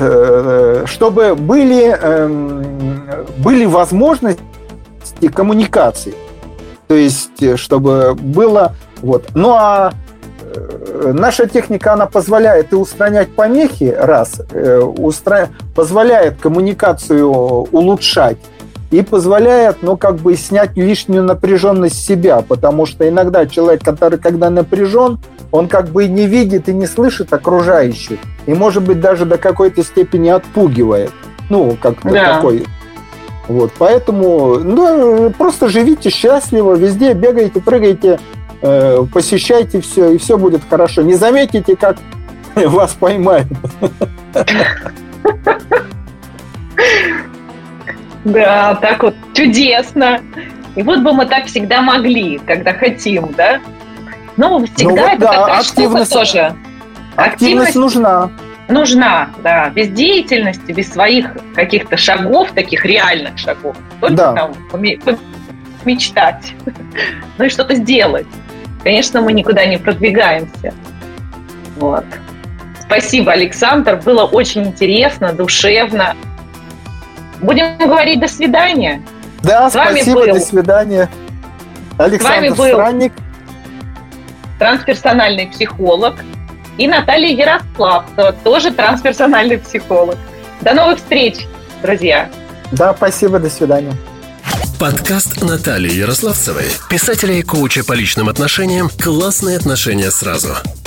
Speaker 3: чтобы были, были возможности коммуникации, то есть чтобы было, вот. Ну а наша техника, она позволяет и устранять помехи, раз, устра... позволяет коммуникацию улучшать, и позволяет, ну, как бы снять лишнюю напряженность себя, потому что иногда человек, который, когда напряжен, он как бы и не видит и не слышит окружающих, и, может быть, даже до какой-то степени отпугивает. Ну, как-то да. такой. Вот, поэтому, ну, просто живите счастливо, везде бегайте, прыгайте, э, посещайте все, и все будет хорошо. Не заметите, как вас поймают.
Speaker 2: Да, так вот чудесно. И вот бы мы так всегда могли, когда хотим, да? Но всегда ну, вот это да, такая
Speaker 3: активность,
Speaker 2: штука тоже.
Speaker 3: Активность, активность нужна.
Speaker 2: Нужна, да. Без деятельности, без своих каких-то шагов, таких реальных шагов. Только да. там помечтать. Ну и что-то сделать. Конечно, мы никуда не продвигаемся. Вот. Спасибо, Александр. Было очень интересно, душевно. Будем говорить до свидания.
Speaker 3: Да, с спасибо, вами был... до свидания. Александр Странник.
Speaker 2: Трансперсональный психолог. И Наталья Ярославцева, тоже трансперсональный психолог. До новых встреч, друзья.
Speaker 3: Да, спасибо, до свидания.
Speaker 1: Подкаст Натальи Ярославцевой, писателя и коуча по личным отношениям «Классные отношения сразу».